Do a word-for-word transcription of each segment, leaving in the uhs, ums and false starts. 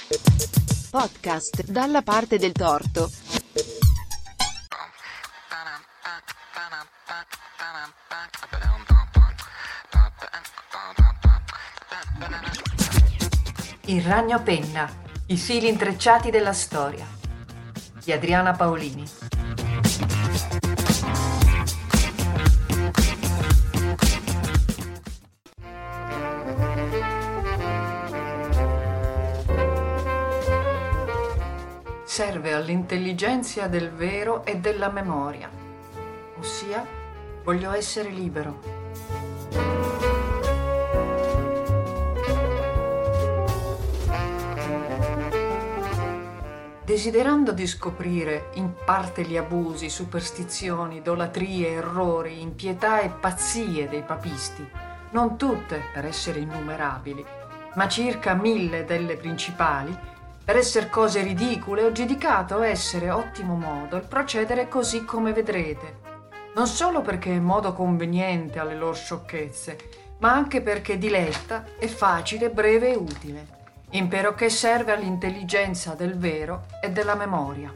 Podcast dalla parte del torto. Il ragno penna, i fili intrecciati della storia di Adriana Paolini. Serve all'intelligenza del vero e della memoria, ossia voglio essere libero. Desiderando di scoprire in parte gli abusi, superstizioni, idolatrie, errori, impietà e pazzie dei papisti, non tutte per essere innumerabili, ma circa mille delle principali, per essere cose ridicole, ho giudicato essere ottimo modo il procedere così come vedrete, non solo perché è modo conveniente alle loro sciocchezze, ma anche perché diletta, è facile, breve e utile. Impero che serve all'intelligenza del vero e della memoria.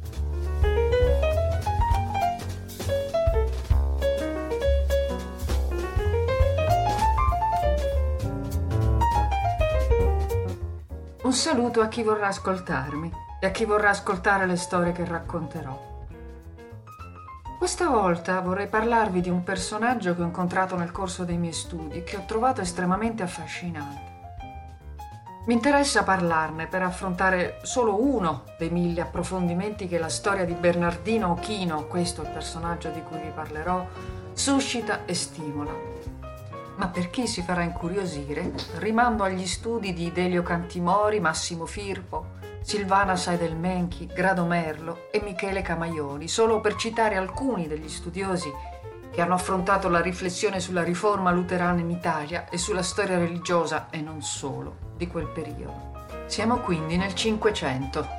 Un saluto a chi vorrà ascoltarmi e a chi vorrà ascoltare le storie che racconterò. Questa volta vorrei parlarvi di un personaggio che ho incontrato nel corso dei miei studi, che ho trovato estremamente affascinante. Mi interessa parlarne per affrontare solo uno dei mille approfondimenti che la storia di Bernardino Ochino, questo è il personaggio di cui vi parlerò, suscita e stimola. Ma per chi si farà incuriosire, rimando agli studi di Delio Cantimori, Massimo Firpo, Silvana Saidelmenchi, Grado Merlo e Michele Camaioli, solo per citare alcuni degli studiosi che hanno affrontato la riflessione sulla riforma luterana in Italia e sulla storia religiosa, e non solo, di quel periodo. Siamo quindi nel Cinquecento.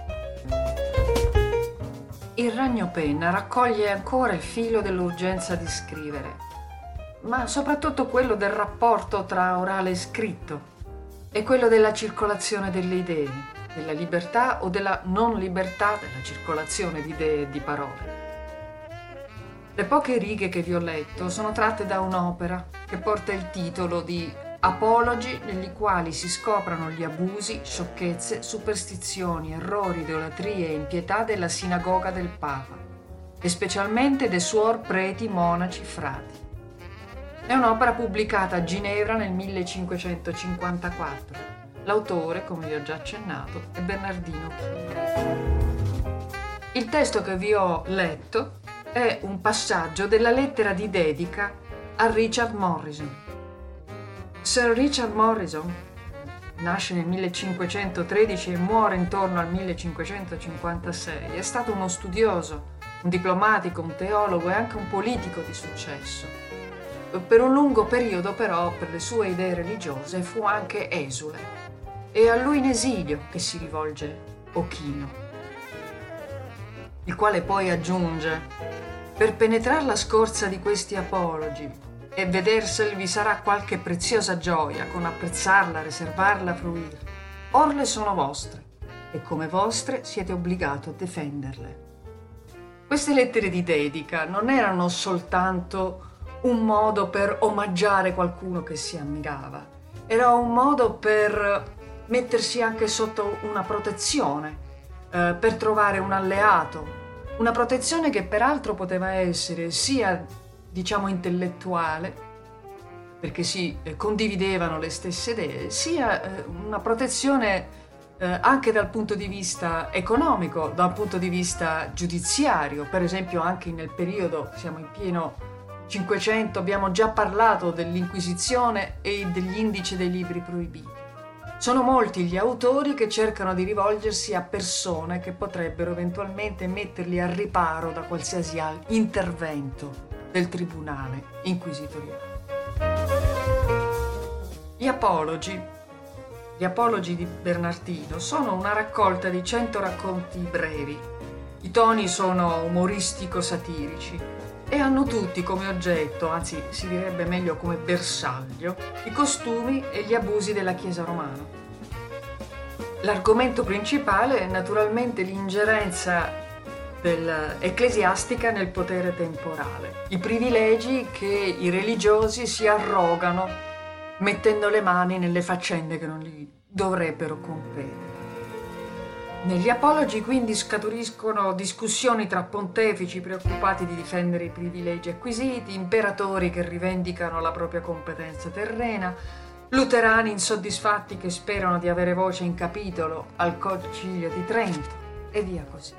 Il ragno penna raccoglie ancora il filo dell'urgenza di scrivere, ma soprattutto quello del rapporto tra orale e scritto e quello della circolazione delle idee, della libertà o della non libertà della circolazione di idee e di parole. Le poche righe che vi ho letto sono tratte da un'opera che porta il titolo di Apologi, negli quali si scoprano gli abusi, sciocchezze, superstizioni, errori, idolatrie e impietà della sinagoga del Papa, e specialmente dei suor preti, monaci, frati. È un'opera pubblicata a Ginevra nel millecinquecentocinquantaquattro. L'autore, come vi ho già accennato, è Bernardino Ochino. Il testo che vi ho letto è un passaggio della lettera di dedica a Richard Morrison. Sir Richard Morrison nasce nel millecinquecentotredici e muore intorno al millecinquecentocinquantasei. È stato uno studioso, un diplomatico, un teologo e anche un politico di successo. Per un lungo periodo, però, per le sue idee religiose fu anche esule. È a lui in esilio che si rivolge Ochino, il quale poi aggiunge: per penetrare la scorza di questi apologi e vedersel vi sarà qualche preziosa gioia con apprezzarla, riservarla, fruire. Or le sono vostre, e come vostre siete obbligato a difenderle. Queste lettere di dedica non erano soltanto un modo per omaggiare qualcuno che si ammirava, era un modo per mettersi anche sotto una protezione, eh, per trovare un alleato, una protezione che peraltro poteva essere sia, diciamo, intellettuale, perché si eh, condividevano le stesse idee, sia eh, una protezione eh, anche dal punto di vista economico, dal punto di vista giudiziario. Per esempio anche nel periodo, siamo in pieno Cinquecento, abbiamo già parlato dell'Inquisizione e degli indici dei libri proibiti. Sono molti gli autori che cercano di rivolgersi a persone che potrebbero eventualmente metterli al riparo da qualsiasi intervento del tribunale inquisitoriale. Gli apologi, gli apologi di Bernardino sono una raccolta di cento racconti brevi. I toni sono umoristico-satirici e hanno tutti come oggetto, anzi si direbbe meglio come bersaglio, i costumi e gli abusi della Chiesa romana. L'argomento principale è naturalmente l'ingerenza dell'ecclesiastica nel potere temporale, i privilegi che i religiosi si arrogano mettendo le mani nelle faccende che non gli dovrebbero competere. Negli apologi quindi scaturiscono discussioni tra pontefici preoccupati di difendere i privilegi acquisiti, imperatori che rivendicano la propria competenza terrena, luterani insoddisfatti che sperano di avere voce in capitolo al Concilio di Trento e via così.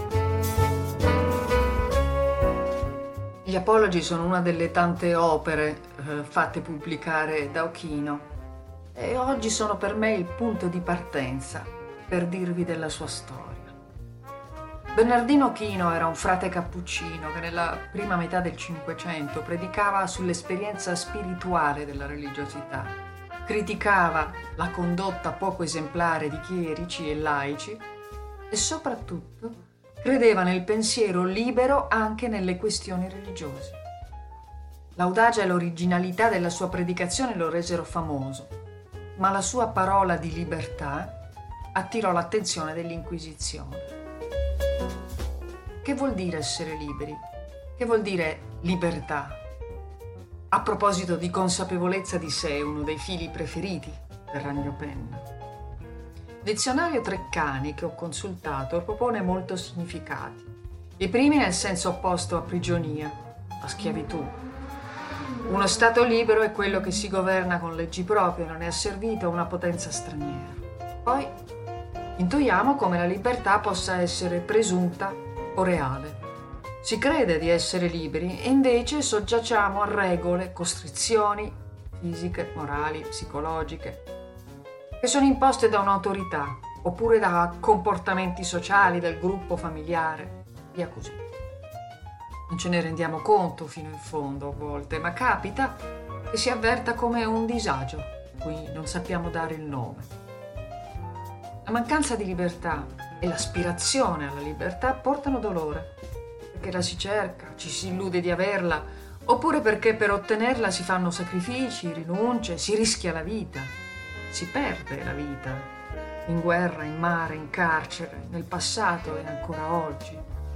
Gli apologi sono una delle tante opere eh, fatte pubblicare da Ochino e oggi sono per me il punto di partenza per dirvi della sua storia. Bernardino Ochino era un frate cappuccino che nella prima metà del Cinquecento predicava sull'esperienza spirituale della religiosità, criticava la condotta poco esemplare di chierici e laici e soprattutto credeva nel pensiero libero anche nelle questioni religiose. L'audacia e l'originalità della sua predicazione lo resero famoso, ma la sua parola di libertà attirò l'attenzione dell'Inquisizione. Che vuol dire essere liberi? Che vuol dire libertà? A proposito di consapevolezza di sé, uno dei fili preferiti del Ragnopenna. Il dizionario Treccani che ho consultato propone molti significati. I primi nel senso opposto a prigionia, a schiavitù. Uno Stato libero è quello che si governa con leggi proprie, non è asservito a una potenza straniera. Poi intuiamo come la libertà possa essere presunta o reale. Si crede di essere liberi e invece soggiacciamo a regole, costrizioni fisiche, morali, psicologiche, che sono imposte da un'autorità oppure da comportamenti sociali del gruppo familiare, via così. Non ce ne rendiamo conto fino in fondo a volte, ma capita che si avverta come un disagio, cui non sappiamo dare il nome. La mancanza di libertà e l'aspirazione alla libertà portano dolore, perché la si cerca, ci si illude di averla, oppure perché per ottenerla si fanno sacrifici, rinunce, si rischia la vita, si perde la vita, in guerra, in mare, in carcere, nel passato e ancora oggi.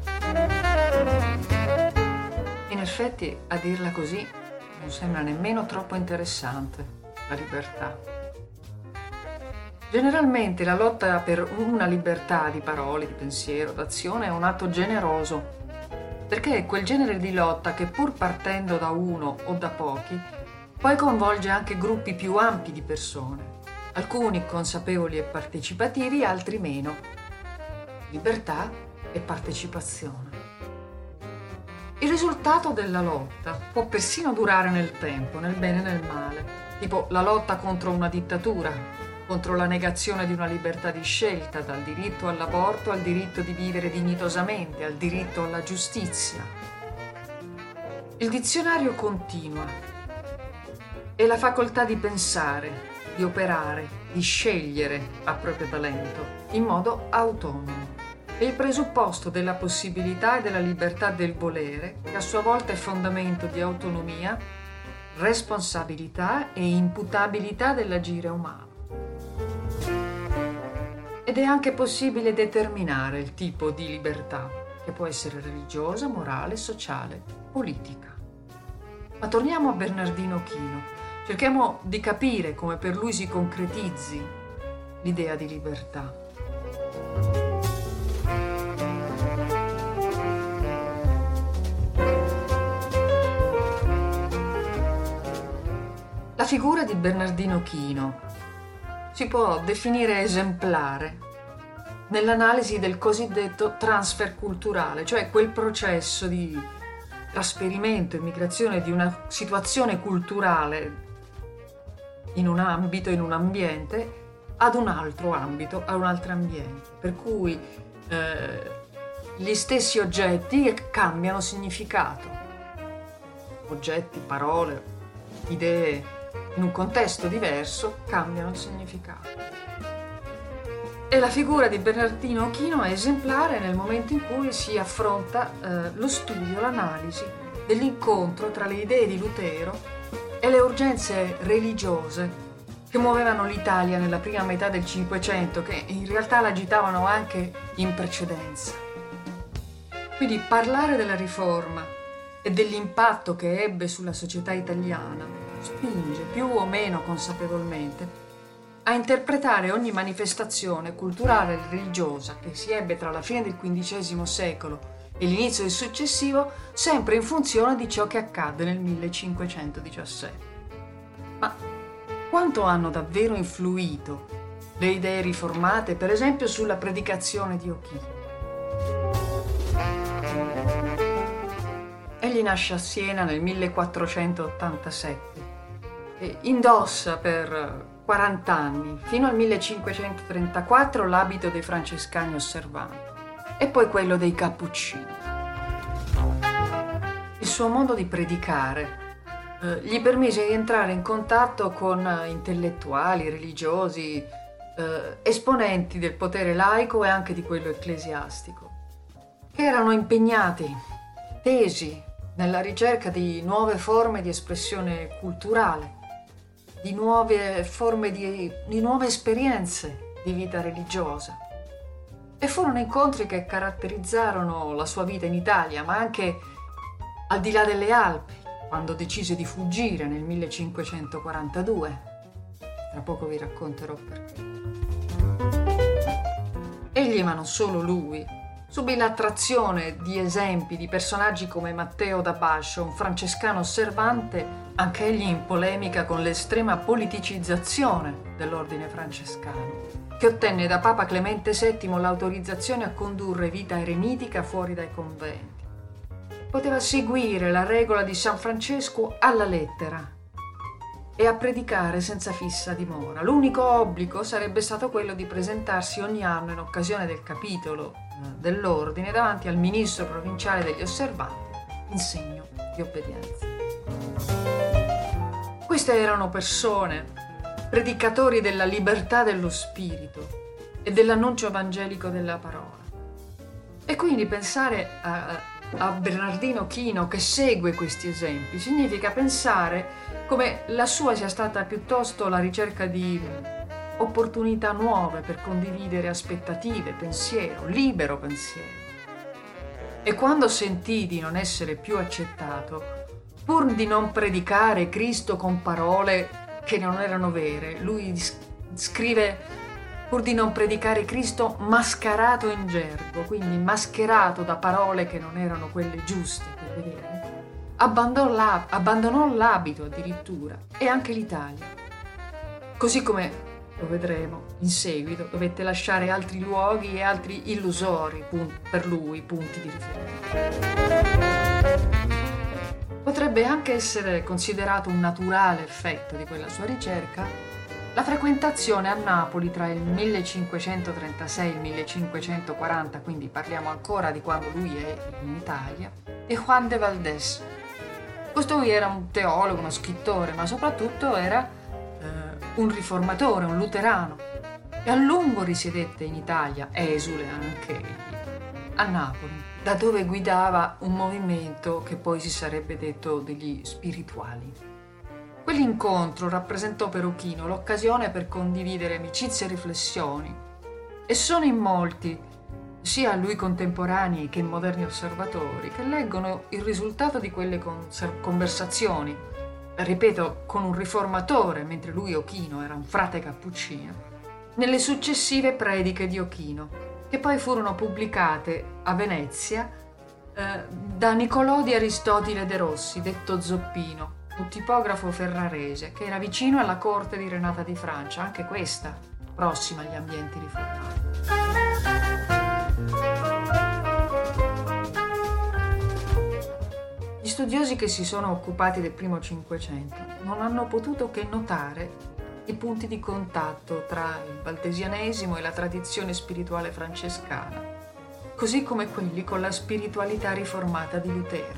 In effetti, a dirla così, non sembra nemmeno troppo interessante la libertà. Generalmente la lotta per una libertà di parole, di pensiero, d'azione è un atto generoso, perché è quel genere di lotta che pur partendo da uno o da pochi, poi coinvolge anche gruppi più ampi di persone, alcuni consapevoli e partecipativi, altri meno. Libertà e partecipazione. Il risultato della lotta può persino durare nel tempo, nel bene e nel male, tipo la lotta contro una dittatura, contro la negazione di una libertà di scelta, dal diritto all'aborto al diritto di vivere dignitosamente, al diritto alla giustizia. Il dizionario continua. È la facoltà di pensare, di operare, di scegliere a proprio talento, in modo autonomo. È il presupposto della possibilità e della libertà del volere, che a sua volta è fondamento di autonomia, responsabilità e imputabilità dell'agire umano. Ed è anche possibile determinare il tipo di libertà, che può essere religiosa, morale, sociale, politica. Ma torniamo a Bernardino Ochino. Cerchiamo di capire come per lui si concretizzi l'idea di libertà. La figura di Bernardino Ochino si può definire esemplare nell'analisi del cosiddetto transfer culturale, cioè quel processo di trasferimento e migrazione di una situazione culturale in un ambito, in un ambiente, ad un altro ambito, a un altro ambiente, per cui eh, gli stessi oggetti cambiano significato. Oggetti, parole, idee, in un contesto diverso cambiano il significato. E la figura di Bernardino Ochino è esemplare nel momento in cui si affronta eh, lo studio, l'analisi dell'incontro tra le idee di Lutero e le urgenze religiose che muovevano l'Italia nella prima metà del Cinquecento, che in realtà l'agitavano anche in precedenza. Quindi parlare della Riforma e dell'impatto che ebbe sulla società italiana spinge, più o meno consapevolmente, a interpretare ogni manifestazione culturale e religiosa che si ebbe tra la fine del quindicesimo secolo e l'inizio del successivo sempre in funzione di ciò che accadde nel millecinquecentodiciassette. Ma quanto hanno davvero influito le idee riformate, per esempio, sulla predicazione di Ochino? Egli nasce a Siena nel millequattrocentottantasette e indossa per quaranta anni, fino al millecinquecentotrentaquattro, l'abito dei francescani osservanti e poi quello dei cappuccini. Il suo modo di predicare eh, gli permise di entrare in contatto con eh, intellettuali, religiosi, eh, esponenti del potere laico e anche di quello ecclesiastico, che erano impegnati, tesi, nella ricerca di nuove forme di espressione culturale, di nuove forme di, di nuove esperienze di vita religiosa. E furono incontri che caratterizzarono la sua vita in Italia, ma anche al di là delle Alpi, quando decise di fuggire nel millecinquecentoquarantadue. Tra poco vi racconterò perché. Egli, ma non solo lui, subì l'attrazione di esempi di personaggi come Matteo da Bascio, un francescano osservante, anche egli in polemica con l'estrema politicizzazione dell'ordine francescano, che ottenne da Papa Clemente settimo l'autorizzazione a condurre vita eremitica fuori dai conventi. Poteva seguire la regola di San Francesco alla lettera e a predicare senza fissa dimora. L'unico obbligo sarebbe stato quello di presentarsi ogni anno in occasione del capitolo dell'ordine davanti al ministro provinciale degli osservanti in segno di obbedienza. Queste erano persone, predicatori della libertà dello spirito e dell'annuncio evangelico della parola. E quindi pensare a, a Bernardino Chino che segue questi esempi significa pensare come la sua sia stata piuttosto la ricerca di opportunità nuove per condividere aspettative, pensiero, libero pensiero. E quando sentì di non essere più accettato, pur di non predicare Cristo con parole che non erano vere, lui scrive: pur di non predicare Cristo mascherato in gergo, quindi mascherato da parole che non erano quelle giuste per vedere, abbandonò, l'ab- abbandonò l'abito addirittura e anche l'Italia. Così come lo vedremo in seguito, dovette lasciare altri luoghi e altri illusori pun- per lui punti di riferimento. Potrebbe anche essere considerato un naturale effetto di quella sua ricerca la frequentazione a Napoli tra il millecinquecentotrentasei e il millecinquecentoquaranta, quindi parliamo ancora di quando lui è in Italia, di Juan de Valdés. Costui era un teologo, uno scrittore, ma soprattutto era un riformatore, un luterano, e a lungo risiedette in Italia, esule anche a Napoli, da dove guidava un movimento che poi si sarebbe detto degli spirituali. Quell'incontro rappresentò per Ochino l'occasione per condividere amicizie e riflessioni, e sono in molti, sia a lui contemporanei che moderni osservatori, che leggono il risultato di quelle conversazioni, ripeto, con un riformatore, mentre lui, Ochino, era un frate cappuccino, nelle successive prediche di Ochino, che poi furono pubblicate a Venezia eh, da Niccolò di Aristotile de Rossi, detto Zoppino, un tipografo ferrarese che era vicino alla corte di Renata di Francia, anche questa prossima agli ambienti riformati. Gli studiosi che si sono occupati del primo Cinquecento non hanno potuto che notare i punti di contatto tra il valdesianesimo e la tradizione spirituale francescana, così come quelli con la spiritualità riformata di Lutero.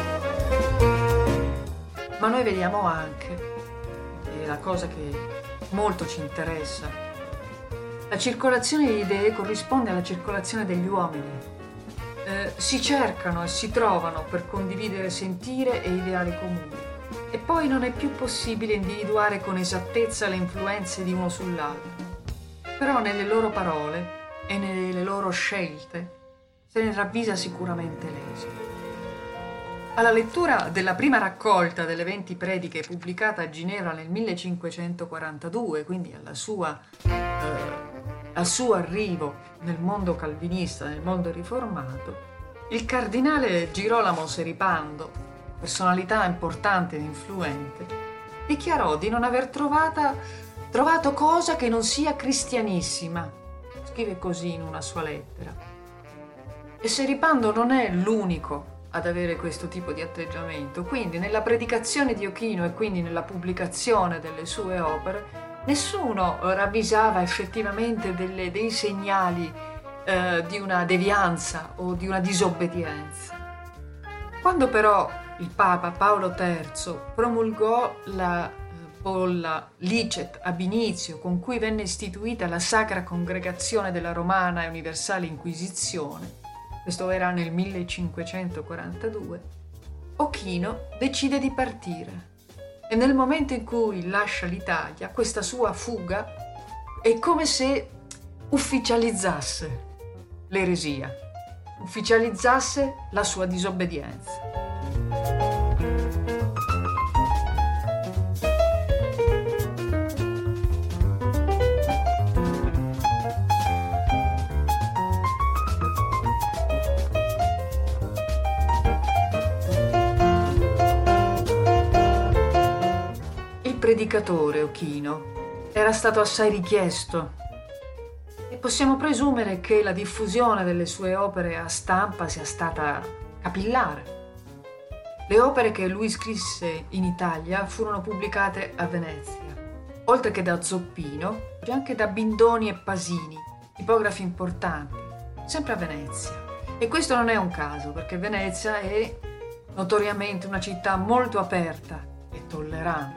Ma noi vediamo anche, e la cosa che molto ci interessa, la circolazione di idee corrisponde alla circolazione degli uomini. Eh, si cercano e si trovano per condividere sentire e ideali comuni. e poi non è più possibile individuare con esattezza le influenze di uno sull'altro. Però nelle loro parole e nelle loro scelte se ne ravvisa sicuramente l'esito. Alla lettura della prima raccolta delle venti prediche pubblicata a Ginevra nel millecinquecentoquarantadue, quindi alla sua, eh, al suo arrivo nel mondo calvinista, nel mondo riformato, il cardinale Girolamo Seripando, personalità importante ed influente, dichiarò di non aver trovata, trovato cosa che non sia cristianissima. Scrive così in una sua lettera. E Seripando non è l'unico ad avere questo tipo di atteggiamento, quindi nella predicazione di Ochino e quindi nella pubblicazione delle sue opere nessuno ravvisava effettivamente delle, dei segnali eh, di una devianza o di una disobbedienza. Quando però il Papa Paolo terzo promulgò la bolla Licet ab initio, con cui venne istituita la Sacra Congregazione della Romana e Universale Inquisizione, questo era nel millecinquecentoquarantadue, Ochino decide di partire e nel momento in cui lascia l'Italia, questa sua fuga è come se ufficializzasse l'eresia, ufficializzasse la sua disobbedienza. Il predicatore Ochino era stato assai richiesto e possiamo presumere che la diffusione delle sue opere a stampa sia stata capillare. Le opere che lui scrisse in Italia furono pubblicate a Venezia, oltre che da Zoppino, anche da Bindoni e Pasini, tipografi importanti, sempre a Venezia. E questo non è un caso, perché Venezia è notoriamente una città molto aperta e tollerante.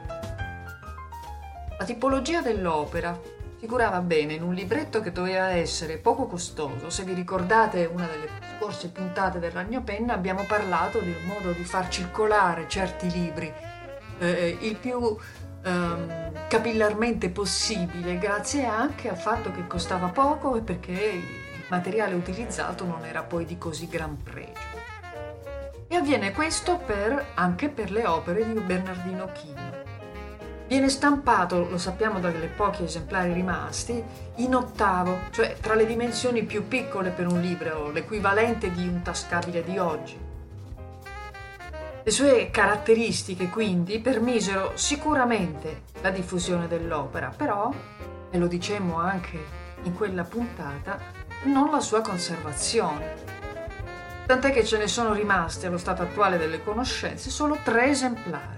La tipologia dell'opera figurava bene in un libretto che doveva essere poco costoso. Se vi ricordate una delle scorse puntate del Ragno Penna abbiamo parlato del modo di far circolare certi libri eh, il più ehm, capillarmente possibile, grazie anche al fatto che costava poco e perché il materiale utilizzato non era poi di così gran pregio. E avviene questo per, anche per le opere di Bernardino Ochino. Viene stampato, lo sappiamo dalle pochi esemplari rimasti, in ottavo, cioè tra le dimensioni più piccole per un libro, l'equivalente di un tascabile di oggi. Le sue caratteristiche, quindi, permisero sicuramente la diffusione dell'opera, però, e lo dicemmo anche in quella puntata, non la sua conservazione. Tant'è che ce ne sono rimasti, allo stato attuale delle conoscenze, solo tre esemplari.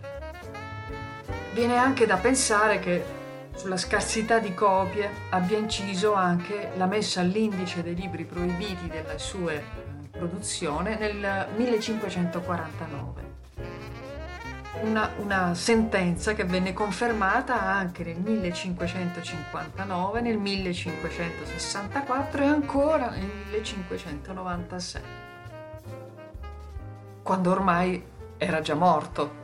Viene anche da pensare che sulla scarsità di copie abbia inciso anche la messa all'indice dei libri proibiti della sua produzione nel millecinquecentoquarantanove. Una, una sentenza che venne confermata anche nel millecinquecentocinquantanove, nel millecinquecentosessantaquattro e ancora nel millecinquecentonovantasei, quando ormai era già morto.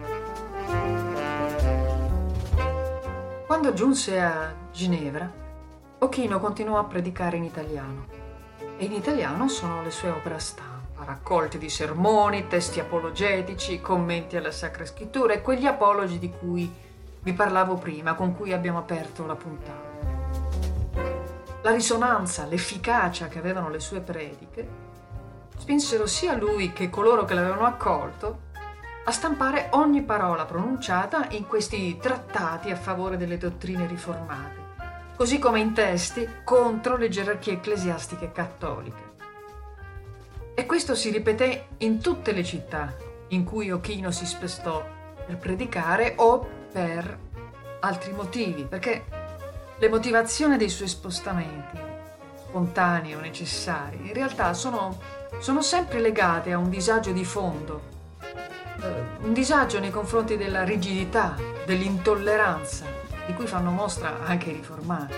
Quando giunse a Ginevra, Ochino continuò a predicare in italiano, e in italiano sono le sue opere a stampa, raccolte di sermoni, testi apologetici, commenti alla Sacra Scrittura e quegli apologi di cui vi parlavo prima, con cui abbiamo aperto la puntata. La risonanza, l'efficacia che avevano le sue prediche spinsero sia lui che coloro che l'avevano accolto a stampare ogni parola pronunciata in questi trattati a favore delle dottrine riformate, così come in testi contro le gerarchie ecclesiastiche cattoliche. E questo si ripeté in tutte le città in cui Ochino si spostò per predicare o per altri motivi, perché le motivazioni dei suoi spostamenti, spontanei o necessari, in realtà sono, sono sempre legate a un disagio di fondo, un disagio nei confronti della rigidità, dell'intolleranza di cui fanno mostra anche i riformati.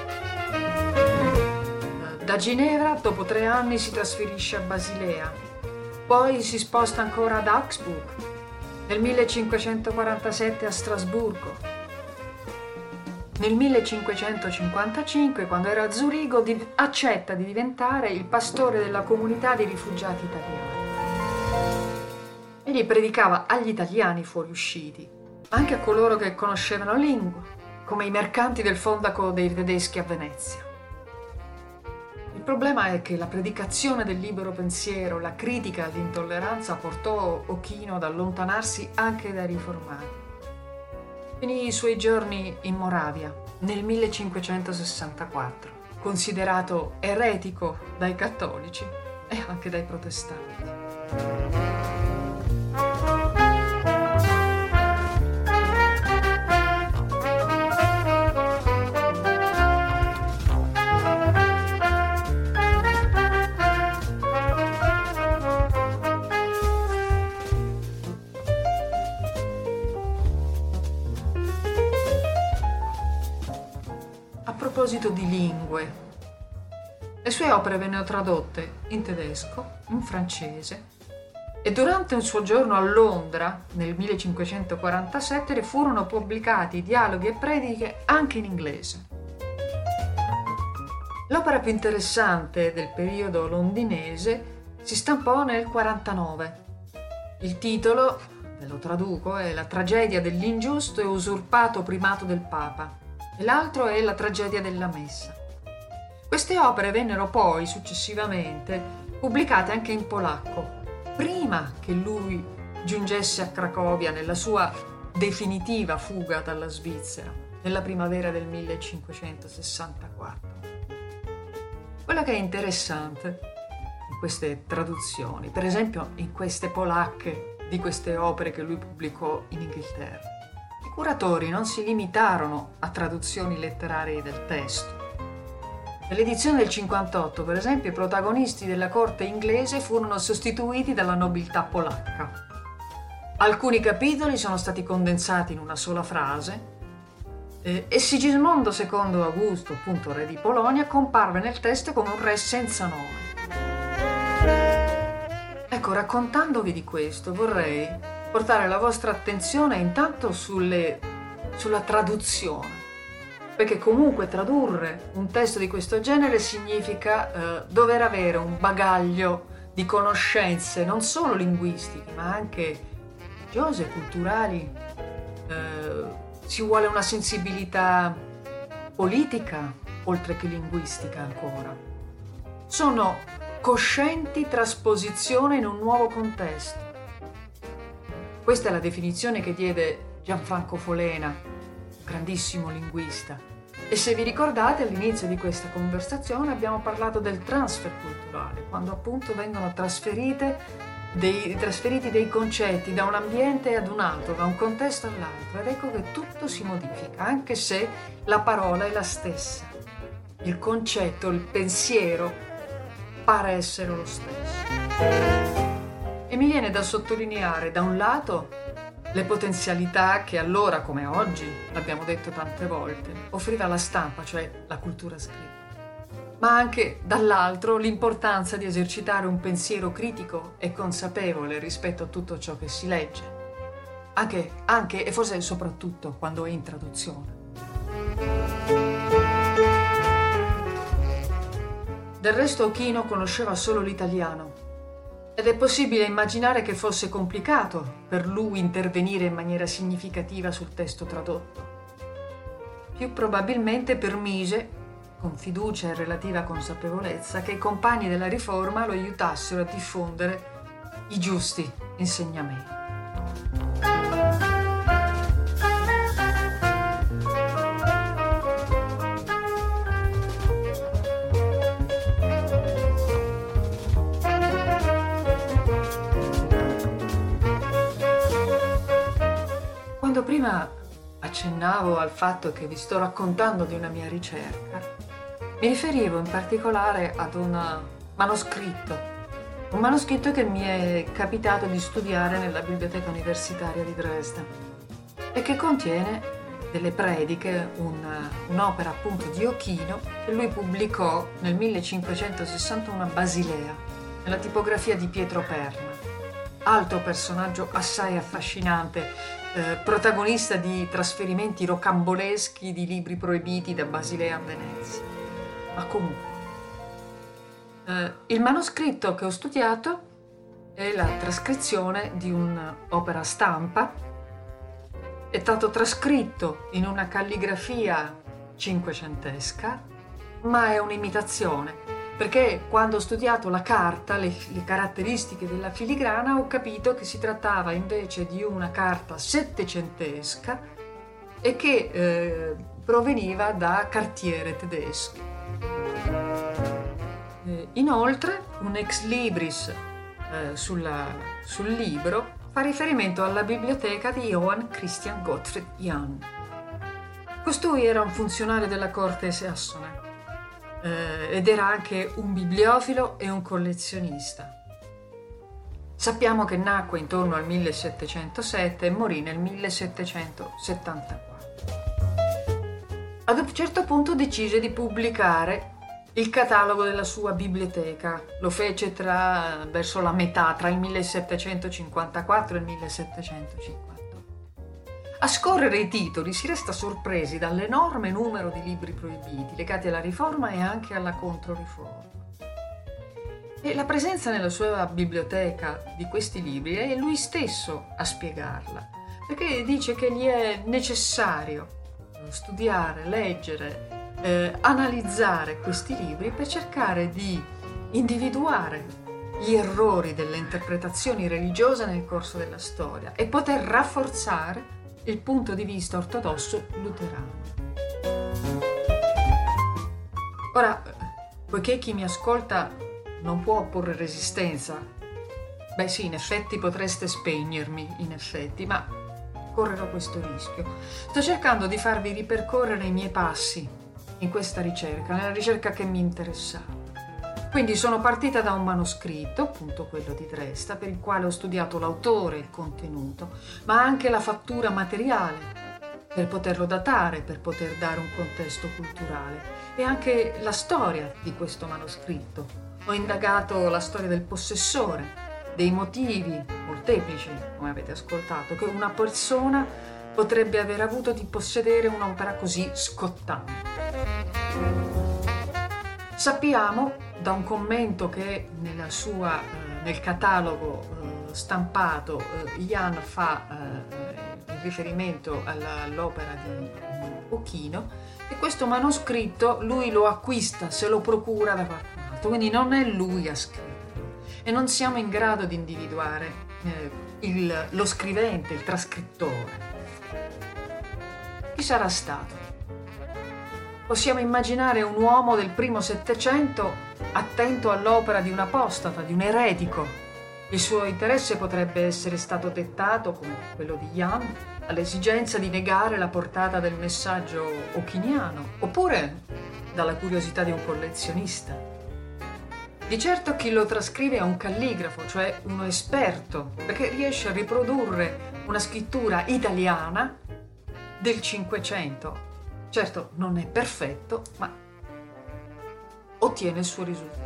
Da Ginevra, dopo tre anni, si trasferisce a Basilea, poi si sposta ancora ad Augsburg nel millecinquecentoquarantasette a Strasburgo, nel millecinquecentocinquantacinque, quando era a Zurigo, di- accetta di diventare il pastore della comunità dei rifugiati italiani. Egli predicava agli italiani fuoriusciti, ma anche a coloro che conoscevano la lingua, come i mercanti del fondaco dei tedeschi a Venezia. Il problema è che la predicazione del libero pensiero, la critica all'intolleranza portò Ochino ad allontanarsi anche dai riformati. Finì i suoi giorni in Moravia nel millecinquecentosessantaquattro, considerato eretico dai cattolici e anche dai protestanti. A proposito di lingue, le sue opere vennero tradotte in tedesco, in francese e durante un soggiorno a Londra nel millecinquecentoquarantasette le furono pubblicati dialoghi e prediche anche in inglese. L'opera più interessante del periodo londinese si stampò nel quarantanove. Il titolo, ve lo traduco, è La tragedia dell'ingiusto e usurpato primato del Papa, e l'altro è La tragedia della Messa. Queste opere vennero poi successivamente pubblicate anche in polacco, prima che lui giungesse a Cracovia nella sua definitiva fuga dalla Svizzera, nella primavera del millecinquecentosessantaquattro. Quello che è interessante in queste traduzioni, per esempio in queste polacche di queste opere che lui pubblicò in Inghilterra, i curatori non si limitarono a traduzioni letterarie del testo. Nell'edizione del cinquantotto, per esempio, i protagonisti della corte inglese furono sostituiti dalla nobiltà polacca. Alcuni capitoli sono stati condensati in una sola frase eh, e Sigismondo secondo Augusto, appunto re di Polonia, comparve nel testo come un re senza nome. Ecco, raccontandovi di questo, vorrei portare la vostra attenzione intanto sulle, sulla traduzione, perché comunque tradurre un testo di questo genere significa eh, dover avere un bagaglio di conoscenze non solo linguistiche, ma anche religiose, culturali. Eh, ci vuole una sensibilità politica, oltre che linguistica ancora. Sono coscienti trasposizione in un nuovo contesto. Questa è la definizione che diede Gianfranco Folena, grandissimo linguista. E se vi ricordate, all'inizio di questa conversazione abbiamo parlato del transfer culturale, quando appunto vengono trasferite dei, trasferiti dei concetti da un ambiente ad un altro, da un contesto all'altro, ed ecco che tutto si modifica, anche se la parola è la stessa. Il concetto, il pensiero pare essere lo stesso. E mi viene da sottolineare, da un lato, le potenzialità che allora, come oggi, l'abbiamo detto tante volte, offriva la stampa, cioè la cultura scritta, ma anche, dall'altro, l'importanza di esercitare un pensiero critico e consapevole rispetto a tutto ciò che si legge, anche, anche e forse soprattutto quando è in traduzione. Del resto Ochino conosceva solo l'italiano, ed è possibile immaginare che fosse complicato per lui intervenire in maniera significativa sul testo tradotto. Più probabilmente permise, con fiducia e relativa consapevolezza, che i compagni della Riforma lo aiutassero a diffondere i giusti insegnamenti. Prima accennavo al fatto che vi sto raccontando di una mia ricerca. Mi riferivo in particolare ad un manoscritto, un manoscritto che mi è capitato di studiare nella biblioteca universitaria di Dresda e che contiene delle prediche, un, un'opera appunto di Ochino che lui pubblicò nel millecinquecentosessantuno a Basilea, nella tipografia di Pietro Perna. altro personaggio assai affascinante, eh, protagonista di trasferimenti rocamboleschi di libri proibiti da Basilea a Venezia. Ma comunque, eh, il manoscritto che ho studiato è la trascrizione di un'opera stampa. È stato trascritto in una calligrafia cinquecentesca, ma è un'imitazione, perché quando ho studiato la carta, le, le caratteristiche della filigrana, ho capito che si trattava invece di una carta settecentesca e che eh, proveniva da cartiere tedesche. Eh, inoltre, un ex libris eh, sulla, sul libro fa riferimento alla biblioteca di Johann Christian Gottfried Jahn. Costui era un funzionario della corte sassone eh, ed era anche un bibliofilo e un collezionista. Sappiamo che nacque intorno al millesettecentosette e morì nel millesettecentosettantaquattro. Ad un certo punto decise di pubblicare il catalogo della sua biblioteca. Lo fece tra, verso la metà, tra il millesettecentocinquantaquattro e il millesettecentocinquantotto. A scorrere i titoli si resta sorpresi dall'enorme numero di libri proibiti legati alla Riforma e anche alla Controriforma. E la presenza nella sua biblioteca di questi libri è lui stesso a spiegarla, perché dice che gli è necessario studiare, leggere, Eh, analizzare questi libri per cercare di individuare gli errori delle interpretazioni religiose nel corso della storia e poter rafforzare il punto di vista ortodosso luterano. Ora, poiché chi mi ascolta non può opporre resistenza, beh sì, in effetti potreste spegnermi, in effetti, ma correrò questo rischio. Sto cercando di farvi ripercorrere i miei passi in questa ricerca, nella ricerca che mi interessava. Quindi sono partita da un manoscritto, appunto quello di Dresda, per il quale ho studiato l'autore, il contenuto, ma anche la fattura materiale, per poterlo datare, per poter dare un contesto culturale, e anche la storia di questo manoscritto. Ho indagato la storia del possessore, dei motivi molteplici, come avete ascoltato, che una persona potrebbe aver avuto di possedere un'opera così scottante. Sappiamo da un commento che nella sua, eh, nel catalogo eh, stampato eh, Jahn fa eh, in riferimento alla, all'opera di Ochino, che questo manoscritto lui lo acquista, se lo procura da qualcun altro, quindi non è lui a scriverlo e non siamo in grado di individuare eh, il, lo scrivente, il trascrittore. Chi sarà stato? Possiamo immaginare un uomo del primo Settecento attento all'opera di un apostata, di un eretico. Il suo interesse potrebbe essere stato dettato, come quello di Jahn, all'esigenza di negare la portata del messaggio ochiniano, oppure dalla curiosità di un collezionista. Di certo chi lo trascrive è un calligrafo, cioè uno esperto, perché riesce a riprodurre una scrittura italiana del Cinquecento. Certo, non è perfetto, ma ottiene il suo risultato.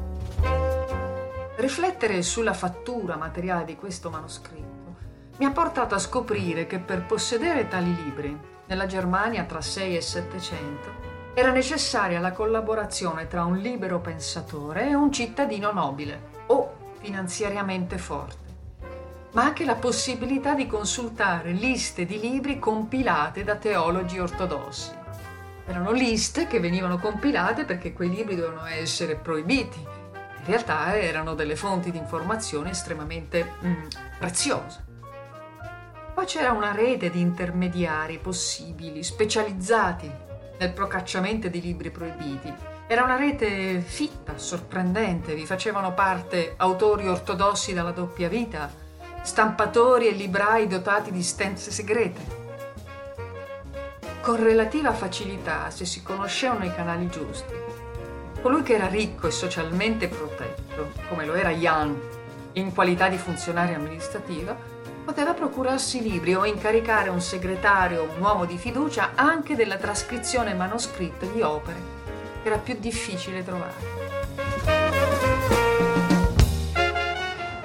Riflettere sulla fattura materiale di questo manoscritto mi ha portato a scoprire che per possedere tali libri, nella Germania tra sei e settecento, era necessaria la collaborazione tra un libero pensatore e un cittadino nobile o finanziariamente forte, ma anche la possibilità di consultare liste di libri compilate da teologi ortodossi. Erano liste che venivano compilate perché quei libri dovevano essere proibiti. In realtà erano delle fonti di informazione estremamente mm, preziose. Poi c'era una rete di intermediari possibili, specializzati nel procacciamento di libri proibiti. Era una rete fitta, sorprendente, vi facevano parte autori ortodossi dalla doppia vita, stampatori e librai dotati di stanze segrete. Con relativa facilità, se si conoscevano i canali giusti, colui che era ricco e socialmente protetto, come lo era Jahn in qualità di funzionario amministrativo, poteva procurarsi libri o incaricare un segretario o un uomo di fiducia anche della trascrizione manoscritta di opere che era più difficile trovare.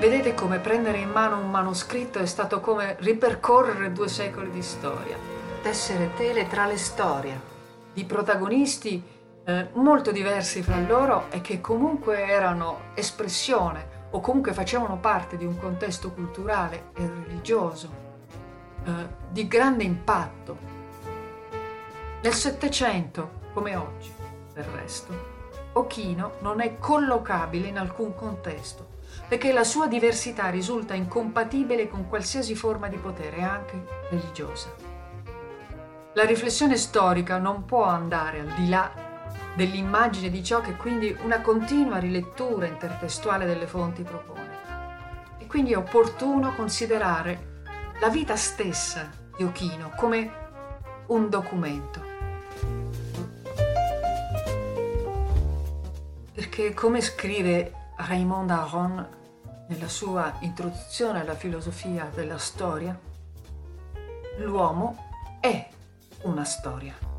Vedete come prendere in mano un manoscritto è stato come ripercorrere due secoli di storia, tessere tele tra le storie, di protagonisti eh, molto diversi fra loro e che comunque erano espressione o comunque facevano parte di un contesto culturale e religioso eh, di grande impatto. Nel Settecento, come oggi, del resto, Ochino non è collocabile in alcun contesto, perché la sua diversità risulta incompatibile con qualsiasi forma di potere, anche religiosa. La riflessione storica non può andare al di là dell'immagine di ciò che quindi una continua rilettura intertestuale delle fonti propone. E quindi è opportuno considerare la vita stessa di Ochino come un documento. Perché, come scrive Raymond Aron nella sua introduzione alla filosofia della storia, l'uomo è una storia.